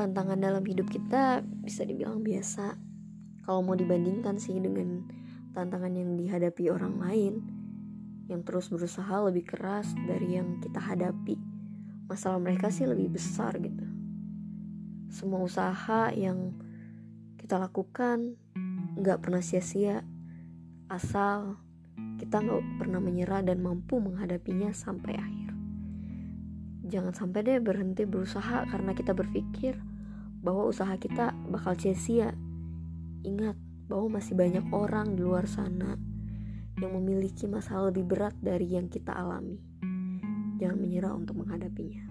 tantangan dalam hidup kita bisa dibilang biasa. Kalau mau dibandingkan sih dengan tantangan yang dihadapi orang lain yang terus berusaha lebih keras dari yang kita hadapi, masalah mereka sih lebih besar gitu. Semua usaha yang kita lakukan gak pernah sia-sia, asal kita gak pernah menyerah dan mampu menghadapinya sampai akhir. Jangan sampai deh berhenti berusaha karena kita berpikir bahwa usaha kita bakal sia-sia. Ingat bahwa masih banyak orang di luar sana yang memiliki masalah lebih berat dari yang kita alami. Jangan menyerah untuk menghadapinya.